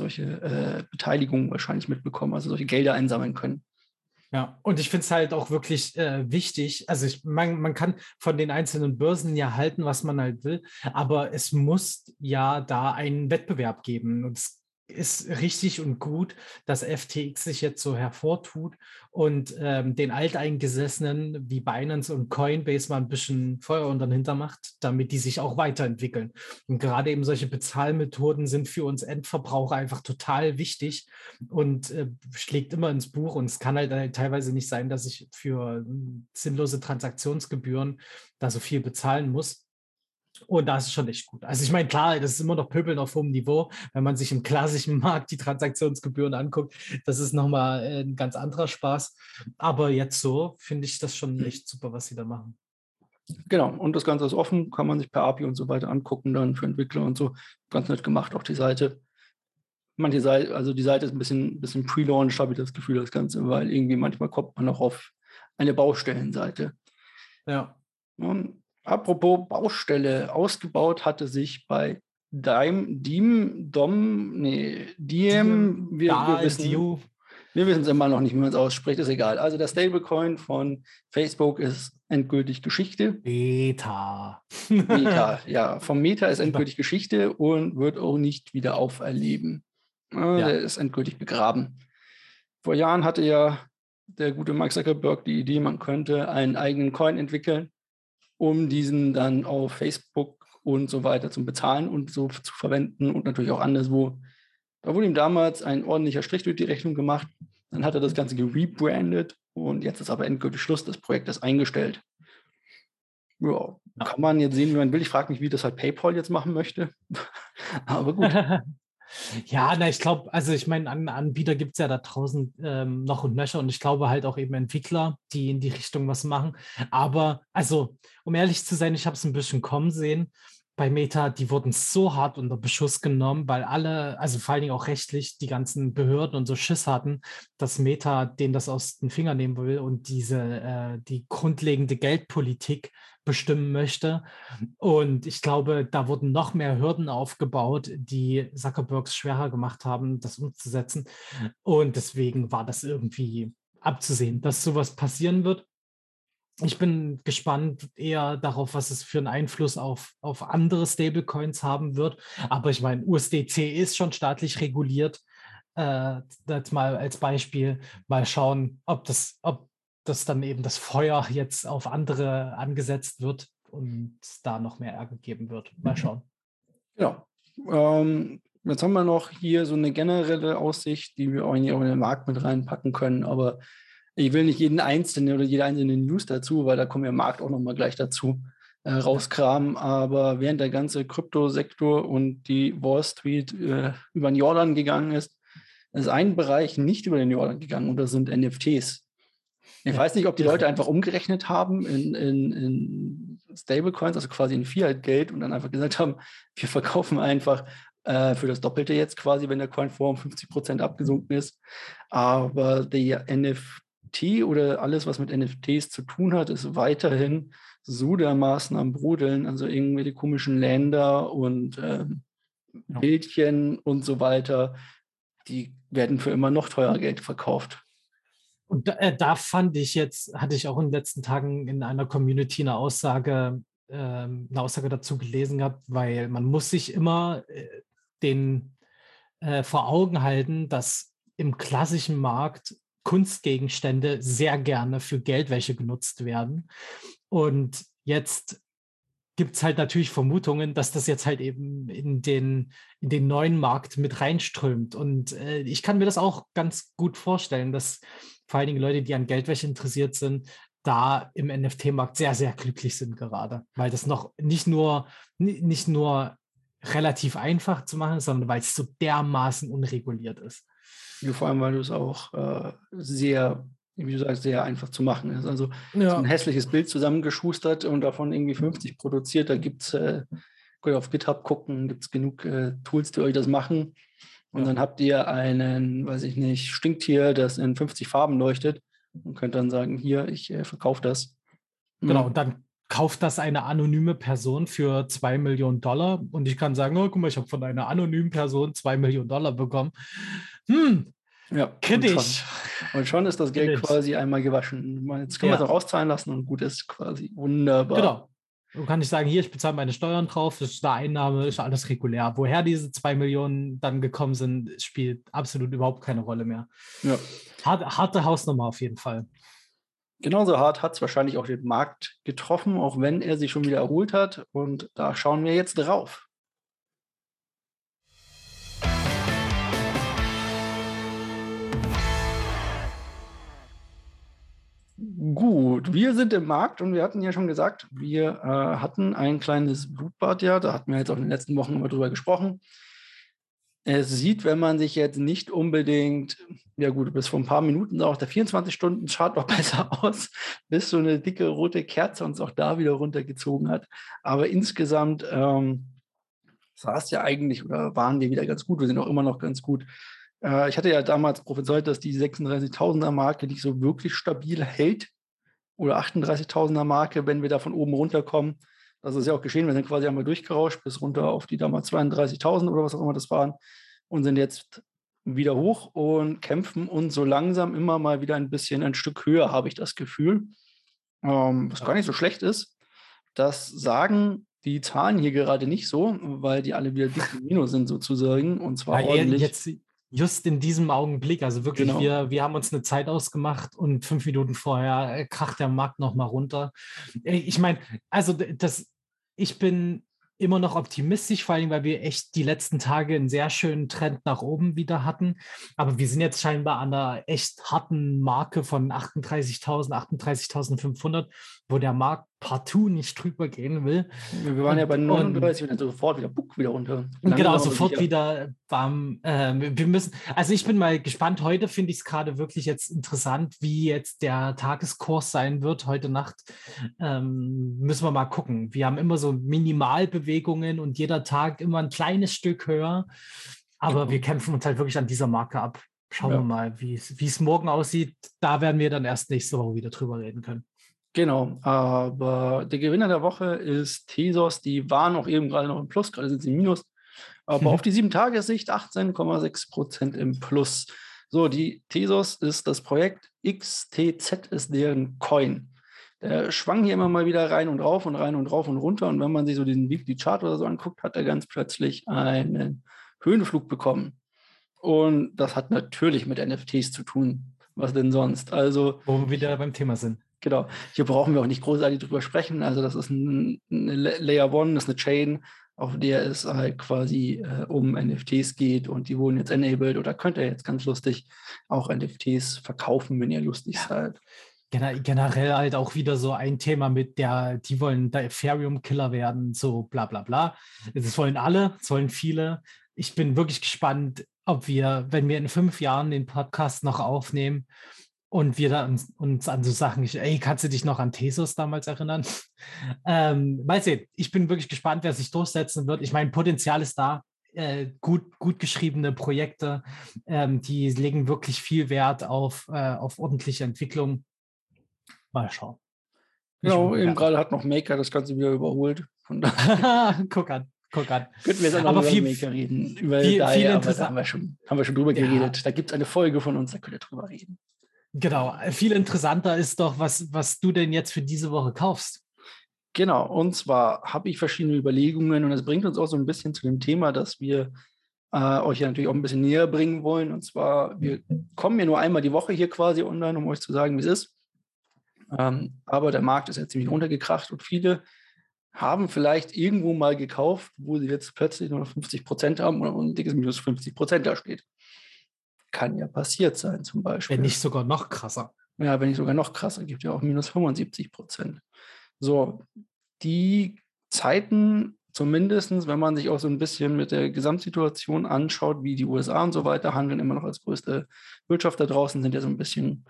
solche Beteiligungen wahrscheinlich mitbekommen, also solche Gelder einsammeln können. Ja, und ich finde es halt auch wirklich wichtig. Also man kann von den einzelnen Börsen ja halten, was man halt will, aber es muss ja da einen Wettbewerb geben. Und es ist richtig und gut, dass FTX sich jetzt so hervortut und den Alteingesessenen wie Binance und Coinbase mal ein bisschen Feuer unter den Hintern macht, damit die sich auch weiterentwickeln. Und gerade eben solche Bezahlmethoden sind für uns Endverbraucher einfach total wichtig und schlägt immer ins Buch. Und es kann halt teilweise nicht sein, dass ich für sinnlose Transaktionsgebühren da so viel bezahlen muss. Und das ist schon echt gut. Also ich meine, klar, das ist immer noch Pöbeln auf hohem Niveau. Wenn man sich im klassischen Markt die Transaktionsgebühren anguckt, das ist nochmal ein ganz anderer Spaß. Aber jetzt so finde ich das schon echt super, was sie da machen. Genau, und das Ganze ist offen, kann man sich per API und so weiter angucken, dann für Entwickler und so. Ganz nett gemacht, auch die Seite. Manche Seite, also die Seite ist ein bisschen pre-launch, habe ich das Gefühl, das Ganze, weil irgendwie manchmal kommt man auch auf eine Baustellenseite. Ja. Und apropos Baustelle, ausgebaut hatte sich bei Diem, wir wissen es immer noch nicht, wie man es ausspricht, ist egal. Also der Stablecoin von Facebook ist endgültig Geschichte. Beta. Meta, ja, vom Meta ist endgültig Geschichte und wird auch nicht wieder auferleben. Der ist endgültig begraben. Vor Jahren hatte ja der gute Mark Zuckerberg die Idee, man könnte einen eigenen Coin entwickeln, um diesen dann auf Facebook und so weiter zum Bezahlen und so zu verwenden und natürlich auch anderswo. Da wurde ihm damals ein ordentlicher Strich durch die Rechnung gemacht. Dann hat er das Ganze gerebrandet und jetzt ist aber endgültig Schluss. Das Projekt ist eingestellt. Ja, kann man jetzt sehen, wie man will. Ich frage mich, wie das halt PayPal jetzt machen möchte. Aber gut. Ja, na, ich glaube, also ich meine, Anbieter gibt es ja da draußen noch und nöcher und ich glaube halt auch eben Entwickler, die in die Richtung was machen. Aber, also, um ehrlich zu sein, ich habe es ein bisschen kommen sehen. Bei Meta, die wurden so hart unter Beschuss genommen, weil alle, also vor allen Dingen auch rechtlich, die ganzen Behörden und so Schiss hatten, dass Meta denen das aus den Fingern nehmen will und die grundlegende Geldpolitik bestimmen möchte. Und ich glaube, da wurden noch mehr Hürden aufgebaut, die Zuckerbergs schwerer gemacht haben, das umzusetzen. Und deswegen war das irgendwie abzusehen, dass sowas passieren wird. Ich bin gespannt eher darauf, was es für einen Einfluss auf andere Stablecoins haben wird. Aber ich meine, USDC ist schon staatlich reguliert. Das mal als Beispiel. Mal schauen, ob das dann eben das Feuer jetzt auf andere angesetzt wird und es da noch mehr Ärger geben wird. Mal schauen. Ja. Jetzt haben wir noch hier so eine generelle Aussicht, die wir auch in den Markt mit reinpacken können, aber ich will nicht jeden einzelnen oder jede einzelne News dazu, weil da kommen wir im Markt auch nochmal gleich dazu rauskramen. Aber während der ganze Kryptosektor und die Wall Street über den Jordan gegangen ist ein Bereich nicht über den Jordan gegangen und das sind NFTs. Ich weiß nicht, ob die Leute einfach umgerechnet haben in Stablecoins, also quasi in Fiat-Geld und dann einfach gesagt haben, wir verkaufen einfach für das Doppelte jetzt quasi, wenn der Coin vor 50% abgesunken ist. Aber der NFT oder alles, was mit NFTs zu tun hat, ist weiterhin so dermaßen am Brodeln. Also irgendwelche komischen Länder und Bildchen und so weiter, die werden für immer noch teurer Geld verkauft. Und da fand ich jetzt, hatte ich auch in den letzten Tagen in einer Community eine Aussage dazu gelesen gehabt, weil man muss sich immer vor Augen halten, dass im klassischen Markt Kunstgegenstände sehr gerne für Geldwäsche genutzt werden. Und jetzt gibt es halt natürlich Vermutungen, dass das jetzt halt eben in den neuen Markt mit reinströmt. Und ich kann mir das auch ganz gut vorstellen, dass vor allen Dingen Leute, die an Geldwäsche interessiert sind, da im NFT-Markt sehr, sehr glücklich sind gerade. Weil das noch nicht nur relativ einfach zu machen ist, sondern weil es so dermaßen unreguliert ist. Ja, vor allem, weil du es auch sehr, wie du sagst, sehr einfach zu machen ist. Also so ein Ja, hässliches Bild zusammengeschustert und davon irgendwie 50 produziert, da gibt es, könnt ihr auf GitHub gucken, gibt es genug Tools, die euch das machen. Und ja. dann habt ihr einen, weiß ich nicht, Stinktier, das in 50 Farben leuchtet und könnt dann sagen, hier, ich verkaufe das. Genau, und Mhm. dann kauft das eine anonyme Person für 2 Millionen Dollar und ich kann sagen, oh, guck mal, ich habe von einer anonymen Person 2 Millionen Dollar bekommen. Ja, Kritisch. und schon ist das Geld Kritisch. quasi einmal gewaschen. Jetzt können wir es auch Ja, auszahlen lassen und gut ist quasi. Wunderbar. genau. Du kannst nicht sagen, hier, ich bezahle meine Steuern drauf, das ist eine Einnahme, ist alles regulär. Woher diese 2 Millionen dann gekommen sind, spielt absolut überhaupt keine Rolle mehr. Ja. Harte Hausnummer auf jeden Fall. Genauso hart hat es wahrscheinlich auch den Markt getroffen, auch wenn er sich schon wieder erholt hat. Und da schauen wir jetzt drauf. Gut, wir sind im Markt und wir hatten ja schon gesagt, wir hatten ein kleines Blutbad, ja, da hatten wir jetzt auch in den letzten Wochen immer drüber gesprochen. Es sieht, wenn man sich jetzt nicht unbedingt, ja gut, bis vor ein paar Minuten sah auch der 24-Stunden-Chart noch besser aus, bis so eine dicke rote Kerze uns auch da wieder runtergezogen hat. Aber insgesamt sah es ja eigentlich oder waren wir wieder ganz gut. Wir sind auch immer noch ganz gut. Ich hatte ja damals prophezeit, dass die 36.000er-Marke nicht so wirklich stabil hält oder 38.000er-Marke, wenn wir da von oben runterkommen. Das ist ja auch geschehen. Wir sind quasi einmal durchgerauscht bis runter auf die damals 32.000 oder was auch immer das waren und sind jetzt wieder hoch und kämpfen uns so langsam immer mal wieder ein Stück höher, habe ich das Gefühl. Was gar nicht so schlecht ist. Das sagen die Zahlen hier gerade nicht so, weil die alle wieder dick im Minus sind sozusagen und zwar Ja, ordentlich. jetzt just in diesem Augenblick, also wirklich, Genau. wir haben uns eine Zeit ausgemacht und 5 Minuten vorher kracht der Markt nochmal runter. Ich meine, also ich bin immer noch optimistisch, vor allem, weil wir echt die letzten Tage einen sehr schönen Trend nach oben wieder hatten. Aber wir sind jetzt scheinbar an einer echt harten Marke von 38.000, 38.500, wo der Markt partout nicht drüber gehen will. Wir waren ja bei Und 39 und dann sofort wieder, buck, wieder runter. genau, Langsam aber sofort sicher. wieder warm. Wir müssen, also ich bin mal gespannt. Heute finde ich es gerade wirklich jetzt interessant, wie jetzt der Tageskurs sein wird heute Nacht. Müssen wir mal gucken. Wir haben immer so Minimalbewegungen und jeder Tag immer ein kleines Stück höher. Aber wir kämpfen uns halt wirklich an dieser Marke ab. Schauen wir Ja. mal, wie es morgen aussieht. Da werden wir dann erst nächste Woche wieder drüber reden können. Genau, aber der Gewinner der Woche ist Tezos. Die waren auch eben gerade noch im Plus, gerade sind sie im Minus. Aber auf die 7-Tage-Sicht 18,6% im Plus. So, die Tezos ist das Projekt, XTZ ist deren Coin. Der schwang hier immer mal wieder rein und rauf und rein und rauf und runter. Und wenn man sich so diesen Weekly Chart oder so anguckt, hat er ganz plötzlich einen Höhenflug bekommen. Und das hat natürlich mit NFTs zu tun. Was denn sonst? Also, Wo wir wieder beim Thema sind. genau, hier brauchen wir auch nicht großartig drüber sprechen. Also das ist eine Layer One, das ist eine Chain, auf der es halt quasi um NFTs geht und die wurden jetzt enabled oder könnt ihr jetzt ganz lustig auch NFTs verkaufen, wenn ihr lustig seid. Generell halt auch wieder so ein Thema die wollen der Ethereum-Killer werden, so bla bla bla. Das wollen alle, das wollen viele. Ich bin wirklich gespannt, ob wir, wenn wir in 5 Jahren den Podcast noch aufnehmen und wir da uns an so Sachen, ey, kannst du dich noch an Tezos damals erinnern? Mal sehen, ich bin wirklich gespannt, wer sich durchsetzen wird. Ich meine, Potenzial ist da. Gut geschriebene Projekte, die legen wirklich viel Wert auf ordentliche Entwicklung. Mal schauen. Genau, eben gerade hat noch Maker das Ganze wieder überholt. Von daher Guck an, guck an. könnten wir jetzt auch noch Aber über viel, Maker reden. Über viel, DAI, viel aber da interessant. haben wir schon drüber Ja, geredet. Da gibt es eine Folge von uns, da könnt ihr drüber reden. genau. Viel interessanter ist doch, was du denn jetzt für diese Woche kaufst. Genau, und zwar habe ich verschiedene Überlegungen und das bringt uns auch so ein bisschen zu dem Thema, dass wir euch ja natürlich auch ein bisschen näher bringen wollen. Und zwar, wir kommen ja nur einmal die Woche hier quasi online, um euch zu sagen, wie es ist. Aber der Markt ist ja ziemlich runtergekracht und viele haben vielleicht irgendwo mal gekauft, wo sie jetzt plötzlich nur noch 50% haben oder ein dickes Minus 50% da steht. Kann ja passiert sein, zum Beispiel. Wenn nicht sogar noch krasser. Ja, wenn nicht sogar noch krasser, gibt ja auch minus 75%. So, die Zeiten, zumindest, wenn man sich auch so ein bisschen mit der Gesamtsituation anschaut, wie die USA und so weiter handeln, immer noch als größte Wirtschaft da draußen, sind ja so ein bisschen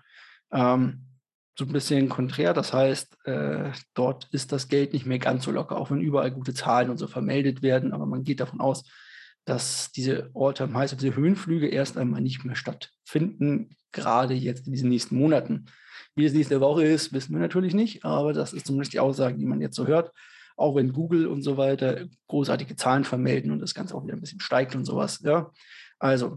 konträr. Das heißt, dort ist das Geld nicht mehr ganz so locker, auch wenn überall gute Zahlen und so vermeldet werden. Aber man geht davon aus, dass diese All-Time-Highs, diese Höhenflüge erst einmal nicht mehr stattfinden, gerade jetzt in diesen nächsten Monaten. Wie es nächste Woche ist, wissen wir natürlich nicht, aber das ist zumindest die Aussage, die man jetzt so hört. Auch wenn Google und so weiter großartige Zahlen vermelden und das Ganze auch wieder ein bisschen steigt und sowas. Ja. Also,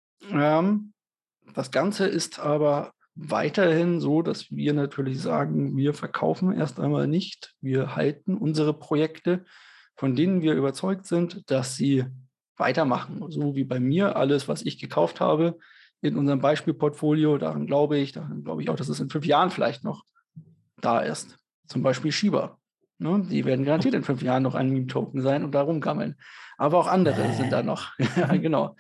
das Ganze ist aber weiterhin so, dass wir natürlich sagen, wir verkaufen erst einmal nicht. Wir halten unsere Projekte, von denen wir überzeugt sind, dass sie weitermachen. So wie bei mir alles, was ich gekauft habe, in unserem Beispielportfolio, daran glaube ich auch, dass es in 5 Jahren vielleicht noch da ist. Zum Beispiel Shiba. Ne? Die werden garantiert in 5 Jahren noch ein Meme-Token sein und da rumgammeln. Aber auch andere sind da noch. Ja, genau.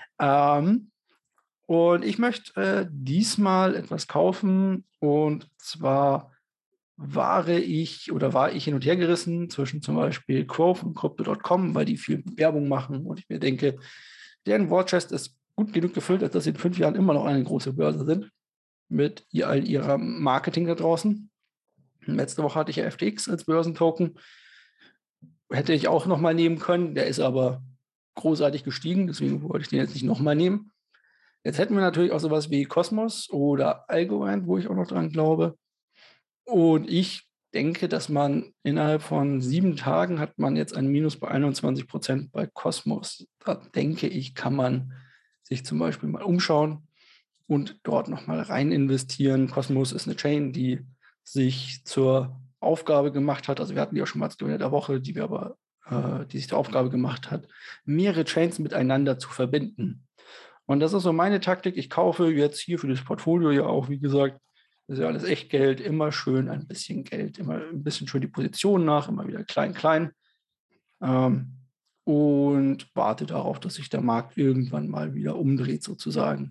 Und ich möchte diesmal etwas kaufen, und zwar war ich hin und her gerissen zwischen zum Beispiel Grove und Crypto.com, weil die viel Werbung machen und ich mir denke, deren Warchest ist gut genug gefüllt, als dass sie in 5 Jahren immer noch eine große Börse sind mit all ihrer Marketing da draußen. Letzte Woche hatte ich ja FTX als Börsentoken. Hätte ich auch nochmal nehmen können, der ist aber großartig gestiegen, deswegen wollte ich den jetzt nicht nochmal nehmen. Jetzt hätten wir natürlich auch sowas wie Cosmos oder Algorand, wo ich auch noch dran glaube. Und ich denke, dass man innerhalb von 7 Tagen hat man jetzt ein Minus bei 21% bei Cosmos. Da denke ich, kann man sich zum Beispiel mal umschauen und dort nochmal rein investieren. Cosmos ist eine Chain, die sich zur Aufgabe gemacht hat, also wir hatten die auch schon mal als Gewinner der Woche, die sich zur Aufgabe gemacht hat, mehrere Chains miteinander zu verbinden. Und das ist so meine Taktik. Ich kaufe jetzt hier für das Portfolio ja auch, wie gesagt, das ist ja alles echt Geld, immer schön ein bisschen Geld, immer ein bisschen schön die Position nach, immer wieder klein, klein. Und warte darauf, dass sich der Markt irgendwann mal wieder umdreht, sozusagen,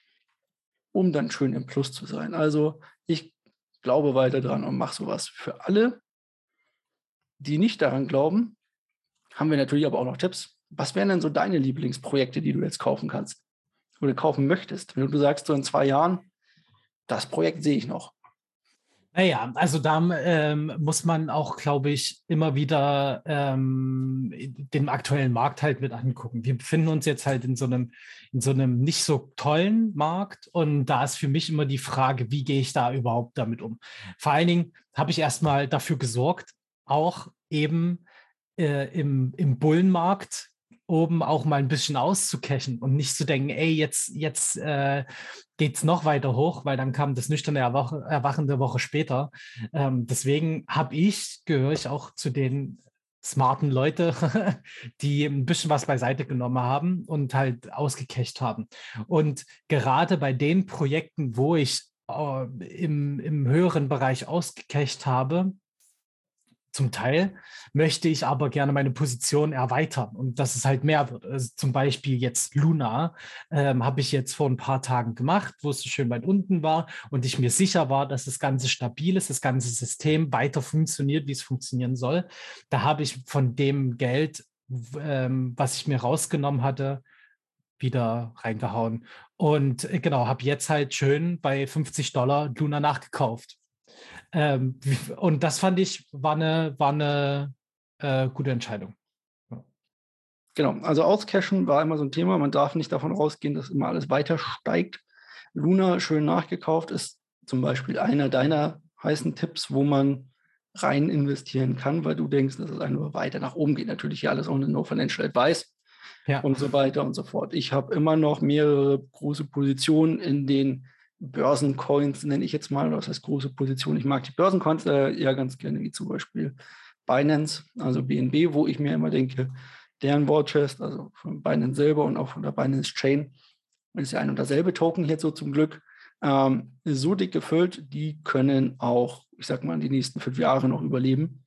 um dann schön im Plus zu sein. Also ich glaube weiter dran und mache sowas. Für alle, die nicht daran glauben, haben wir natürlich aber auch noch Tipps. Was wären denn so deine Lieblingsprojekte, die du jetzt kaufen kannst oder kaufen möchtest? Wenn du sagst, so in 2 Jahren, das Projekt sehe ich noch. Naja, also da muss man auch, glaube ich, immer wieder den aktuellen Markt halt mit angucken. Wir befinden uns jetzt halt in so einem nicht so tollen Markt und da ist für mich immer die Frage, wie gehe ich da überhaupt damit um? Vor allen Dingen habe ich erstmal dafür gesorgt, auch eben im Bullenmarkt oben auch mal ein bisschen auszucashen und nicht zu denken, ey, jetzt geht es noch weiter hoch, weil dann kam das nüchterne Erwachen der Woche später. Deswegen gehöre ich auch zu den smarten Leute, die ein bisschen was beiseite genommen haben und halt ausgecasht haben. Und gerade bei den Projekten, wo ich im höheren Bereich ausgecasht habe, zum Teil möchte ich aber gerne meine Position erweitern und dass es halt mehr wird. Also zum Beispiel jetzt Luna habe ich jetzt vor ein paar Tagen gemacht, wo es so schön weit unten war und ich mir sicher war, dass das Ganze stabil ist, das ganze System weiter funktioniert, wie es funktionieren soll. Da habe ich von dem Geld, was ich mir rausgenommen hatte, wieder reingehauen. Und genau, habe jetzt halt schön bei $50 Luna nachgekauft. Und das fand ich, war eine gute Entscheidung. Ja. Genau, also Auscashen war immer so ein Thema. Man darf nicht davon ausgehen, dass immer alles weiter steigt. Luna schön nachgekauft ist zum Beispiel einer deiner heißen Tipps, wo man rein investieren kann, weil du denkst, dass es einfach weiter nach oben geht. Natürlich hier alles ohne No Financial Advice und so weiter und so fort. Ich habe immer noch mehrere große Positionen in den Börsencoins, nenne ich jetzt mal, das heißt große Positionen. Ich mag die Börsencoins ja ganz gerne, wie zum Beispiel Binance, also BNB, wo ich mir immer denke, deren War Chest, also von Binance selber und auch von der Binance Chain, ist ja ein und derselbe Token jetzt so zum Glück, so dick gefüllt, die können auch, ich sag mal, die nächsten 5 Jahre noch überleben.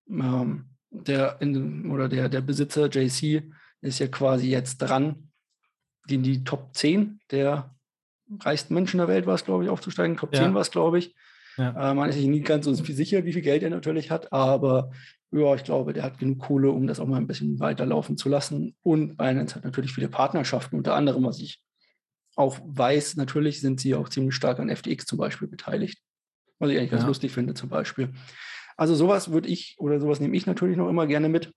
Der Besitzer JC ist ja quasi jetzt dran, in die Top 10 der reichsten Menschen der Welt war es, glaube ich, aufzusteigen. Top 10 war es, glaube ich. Ja. Man ist sich nie ganz so sicher, wie viel Geld er natürlich hat, aber ja, ich glaube, der hat genug Kohle, um das auch mal ein bisschen weiterlaufen zu lassen. Und Binance hat natürlich viele Partnerschaften, unter anderem, was ich auch weiß, natürlich sind sie auch ziemlich stark an FTX zum Beispiel beteiligt, was ich eigentlich ganz lustig finde zum Beispiel. Also sowas nehme ich natürlich noch immer gerne mit.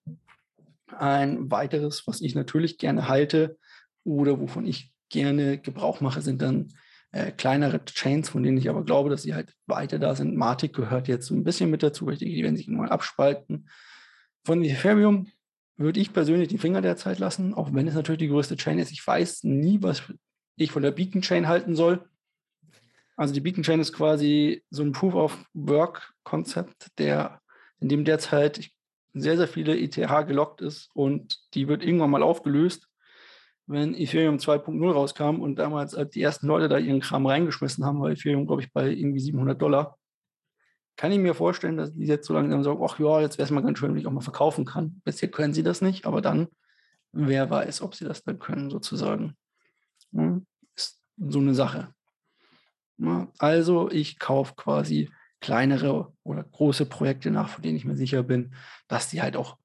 Ein weiteres, was ich natürlich gerne halte oder wovon ich gerne Gebrauch mache, sind dann kleinere Chains, von denen ich aber glaube, dass sie halt weiter da sind. Matic gehört jetzt so ein bisschen mit dazu, weil die werden sich mal abspalten. Von Ethereum würde ich persönlich die Finger derzeit lassen, auch wenn es natürlich die größte Chain ist. Ich weiß nie, was ich von der Beacon Chain halten soll. Also die Beacon Chain ist quasi so ein Proof-of-Work-Konzept, in dem derzeit sehr, sehr viele ETH gelockt ist und die wird irgendwann mal aufgelöst, wenn Ethereum 2.0 rauskam und damals, als die ersten Leute da ihren Kram reingeschmissen haben, war Ethereum, glaube ich, bei irgendwie $700. Kann ich mir vorstellen, dass die jetzt so langsam sagen, ach ja, jetzt wäre es mal ganz schön, wenn ich auch mal verkaufen kann. Bisher können sie das nicht, aber dann, wer weiß, ob sie das dann können, sozusagen. Ist so eine Sache. Also ich kaufe quasi kleinere oder große Projekte nach, von denen ich mir sicher bin, dass die halt auch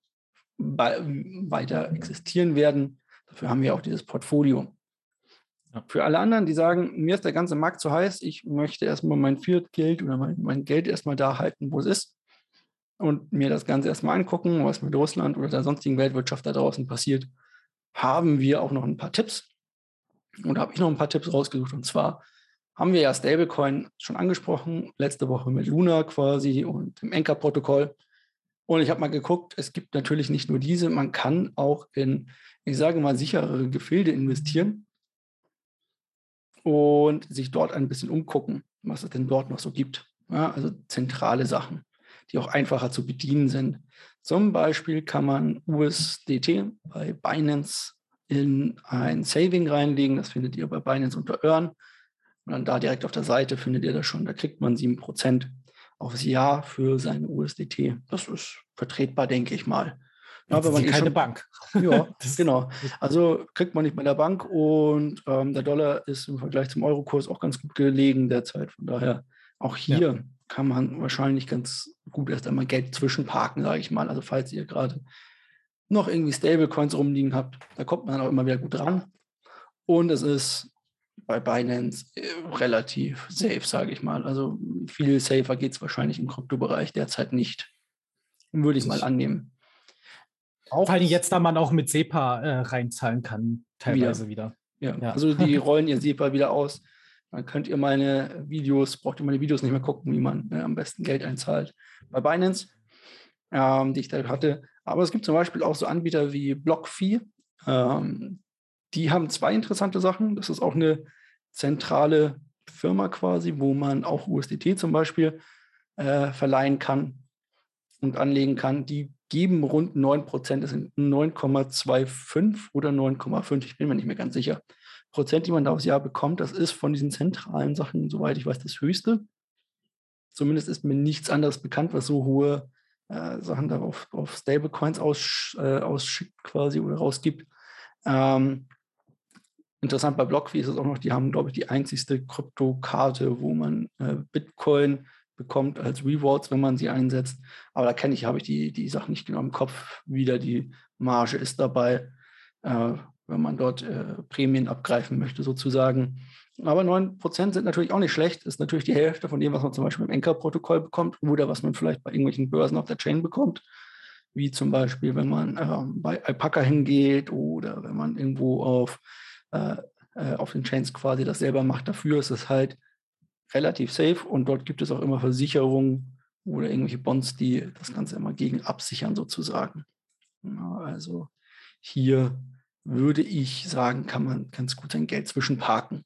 weiter existieren werden. Dafür haben wir auch dieses Portfolio. Ja. Für alle anderen, die sagen, mir ist der ganze Markt zu heiß, ich möchte erstmal mein Fiat-Geld oder mein Geld erstmal da halten, wo es ist und mir das Ganze erstmal angucken, was mit Russland oder der sonstigen Weltwirtschaft da draußen passiert, haben wir auch noch ein paar Tipps. Und da habe ich noch ein paar Tipps rausgesucht. Und zwar haben wir ja Stablecoin schon angesprochen, letzte Woche mit Luna quasi und dem Anchor-Protokoll. Und ich habe mal geguckt, es gibt natürlich nicht nur diese, man kann auch in, ich sage mal, sicherere Gefilde investieren und sich dort ein bisschen umgucken, was es denn dort noch so gibt. Ja, also zentrale Sachen, die auch einfacher zu bedienen sind. Zum Beispiel kann man USDT bei Binance in ein Saving reinlegen. Das findet ihr bei Binance unter Earn. Und dann da direkt auf der Seite findet ihr das schon. Da kriegt man 7% aufs Jahr für seine USDT. Das ist vertretbar, denke ich mal. Ja, aber man keine Bank. Ja, genau. Also kriegt man nicht bei der Bank und der Dollar ist im Vergleich zum Eurokurs auch ganz gut gelegen derzeit. Von daher auch hier kann man wahrscheinlich ganz gut erst einmal Geld zwischenparken, sage ich mal. Also falls ihr gerade noch irgendwie Stablecoins rumliegen habt, da kommt man auch immer wieder gut ran. Und es ist bei Binance relativ safe, sage ich mal. Also viel safer geht es wahrscheinlich im Kryptobereich derzeit nicht. Würde ich mal annehmen. Vor allem jetzt, da man auch mit SEPA reinzahlen kann, teilweise wieder. Ja, also die rollen ihr SEPA wieder aus. Dann könnt ihr braucht ihr meine Videos nicht mehr gucken, wie man am besten Geld einzahlt. Bei Binance, die ich da hatte. Aber es gibt zum Beispiel auch so Anbieter wie BlockFi. Die haben 2 interessante Sachen. Das ist auch eine zentrale Firma quasi, wo man auch USDT zum Beispiel verleihen kann und anlegen kann. Die geben rund 9%, das sind 9,25 oder 9,5, ich bin mir nicht mehr ganz sicher, Prozent, die man da aufs Jahr bekommt. Das ist von diesen zentralen Sachen, soweit ich weiß, das höchste. Zumindest ist mir nichts anderes bekannt, was so hohe Sachen da auf Stablecoins ausschickt quasi oder rausgibt. Interessant bei BlockFi ist es auch noch, die haben, glaube ich, die einzigste Kryptokarte, wo man Bitcoin bekommt als Rewards, wenn man sie einsetzt. Aber da habe ich die Sachen nicht genau im Kopf, wie da die Marge ist dabei, wenn man dort Prämien abgreifen möchte sozusagen. Aber 9% sind natürlich auch nicht schlecht. Ist natürlich die Hälfte von dem, was man zum Beispiel im Anchor-Protokoll bekommt oder was man vielleicht bei irgendwelchen Börsen auf der Chain bekommt. Wie zum Beispiel, wenn man bei Alpaca hingeht oder wenn man irgendwo auf den Chains quasi das selber macht. Dafür ist es halt relativ safe und dort gibt es auch immer Versicherungen oder irgendwelche Bonds, die das Ganze immer gegen absichern sozusagen. Ja, also hier würde ich sagen, kann man ganz gut sein Geld zwischenparken.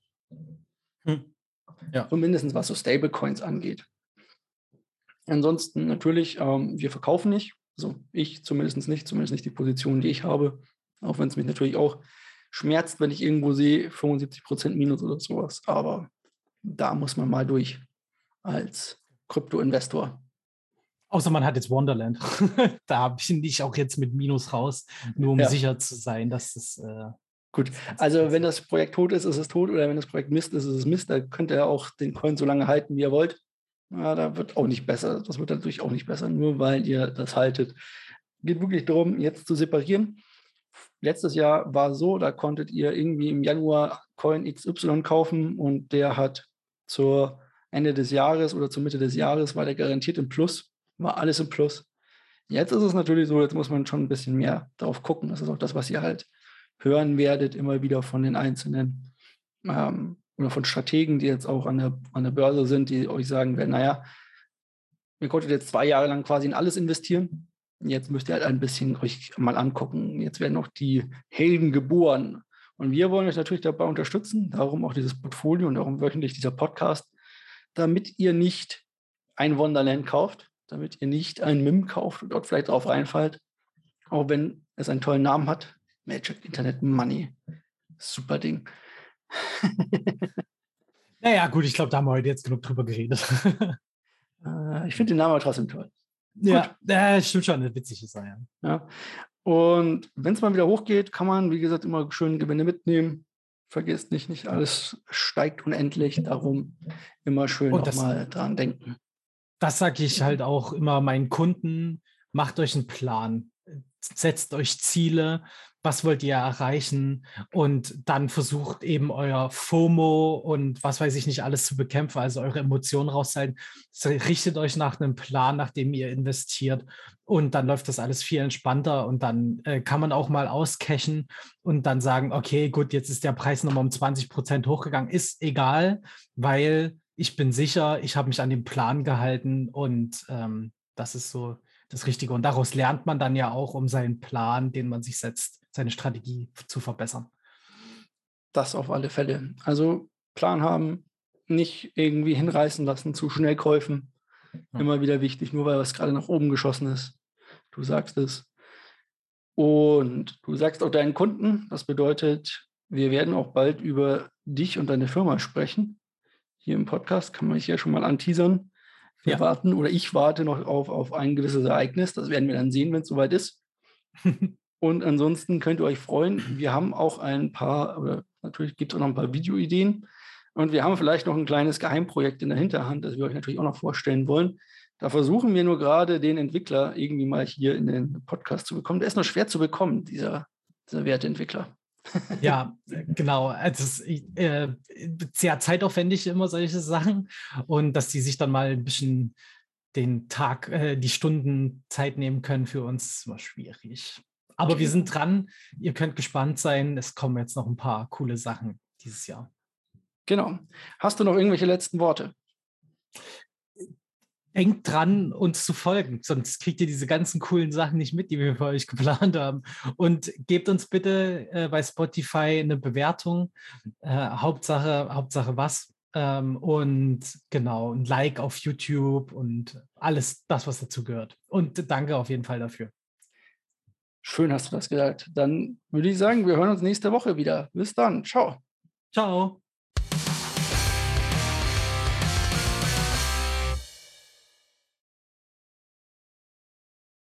Ja. Zumindest was so Stablecoins angeht. Ansonsten natürlich, wir verkaufen nicht, Also ich zumindest nicht die Position, die ich habe. Auch wenn es mich natürlich auch schmerzt, wenn ich irgendwo sehe, 75% Minus oder sowas. Aber da muss man mal durch als Krypto-Investor. Außer man hat jetzt Wonderland. Da bin ich auch jetzt mit Minus raus, nur um sicher zu sein, dass das. Gut, also wenn das Projekt tot ist es tot, oder wenn das Projekt Mist ist es Mist. Da könnt ihr auch den Coin so lange halten, wie ihr wollt. Ja, da wird auch nicht besser. Das wird natürlich auch nicht besser, nur weil ihr das haltet. Geht wirklich darum, jetzt zu separieren. Letztes Jahr war so, da konntet ihr irgendwie im Januar Coin XY kaufen und der hat zur Ende des Jahres oder zur Mitte des Jahres war der garantiert im Plus, war alles im Plus. Jetzt ist es natürlich so, jetzt muss man schon ein bisschen mehr drauf gucken. Das ist auch das, was ihr halt hören werdet, immer wieder von den einzelnen oder von Strategen, die jetzt auch an der Börse sind, die euch sagen werden, naja, ihr konntet jetzt 2 Jahre lang quasi in alles investieren. Jetzt müsst ihr halt ein bisschen euch mal angucken. Jetzt werden noch die Helden geboren. Und wir wollen euch natürlich dabei unterstützen, darum auch dieses Portfolio und darum wöchentlich dieser Podcast, damit ihr nicht ein Wonderland kauft, damit ihr nicht ein MIM kauft und dort vielleicht drauf reinfallt, auch wenn es einen tollen Namen hat. Magic Internet Money. Super Ding. Naja, gut, ich glaube, da haben wir heute jetzt genug drüber geredet. Ich finde den Namen aber trotzdem toll. Ja, stimmt schon, eine witzige Sache. Ja. Und wenn es mal wieder hochgeht, kann man, wie gesagt, immer schön Gewinne mitnehmen. Vergesst nicht alles steigt unendlich. Darum immer schön nochmal dran denken. Das sage ich halt auch immer meinen Kunden, macht euch einen Plan, setzt euch Ziele, was wollt ihr erreichen und dann versucht eben euer FOMO und was weiß ich nicht alles zu bekämpfen, also eure Emotionen rauszuhalten. Richtet euch nach einem Plan, nach dem ihr investiert und dann läuft das alles viel entspannter und dann kann man auch mal auscashen und dann sagen, okay, gut, jetzt ist der Preis nochmal um 20% hochgegangen, ist egal, weil ich bin sicher, ich habe mich an den Plan gehalten und das ist so das Richtige. Und daraus lernt man dann ja auch, um seinen Plan, den man sich setzt, seine Strategie zu verbessern. Das auf alle Fälle. Also Plan haben, nicht irgendwie hinreißen lassen zu Schnellkäufen. Immer wieder wichtig, nur weil was gerade nach oben geschossen ist. Du sagst es. Und du sagst auch deinen Kunden, das bedeutet, wir werden auch bald über dich und deine Firma sprechen. Hier im Podcast kann man sich ja schon mal anteasern. Wir warten oder ich warte noch auf ein gewisses Ereignis. Das werden wir dann sehen, wenn es soweit ist. Und ansonsten könnt ihr euch freuen. Wir haben auch ein paar, oder natürlich gibt es auch noch ein paar Videoideen. Und wir haben vielleicht noch ein kleines Geheimprojekt in der Hinterhand, das wir euch natürlich auch noch vorstellen wollen. Da versuchen wir nur gerade, den Entwickler irgendwie mal hier in den Podcast zu bekommen. Der ist noch schwer zu bekommen, dieser Werteentwickler. Ja, genau. Also es ist sehr zeitaufwendig immer solche Sachen und dass die sich dann mal ein bisschen den Tag, die Stunden Zeit nehmen können für uns, ist immer schwierig. Aber wir sind dran. Ihr könnt gespannt sein. Es kommen jetzt noch ein paar coole Sachen dieses Jahr. Genau. Hast du noch irgendwelche letzten Worte? Denkt dran, uns zu folgen, sonst kriegt ihr diese ganzen coolen Sachen nicht mit, die wir für euch geplant haben. Und gebt uns bitte bei Spotify eine Bewertung. Hauptsache was. Und genau, ein Like auf YouTube und alles das, was dazu gehört. Und danke auf jeden Fall dafür. Schön hast du das gesagt. Dann würde ich sagen, wir hören uns nächste Woche wieder. Bis dann. Ciao. Ciao.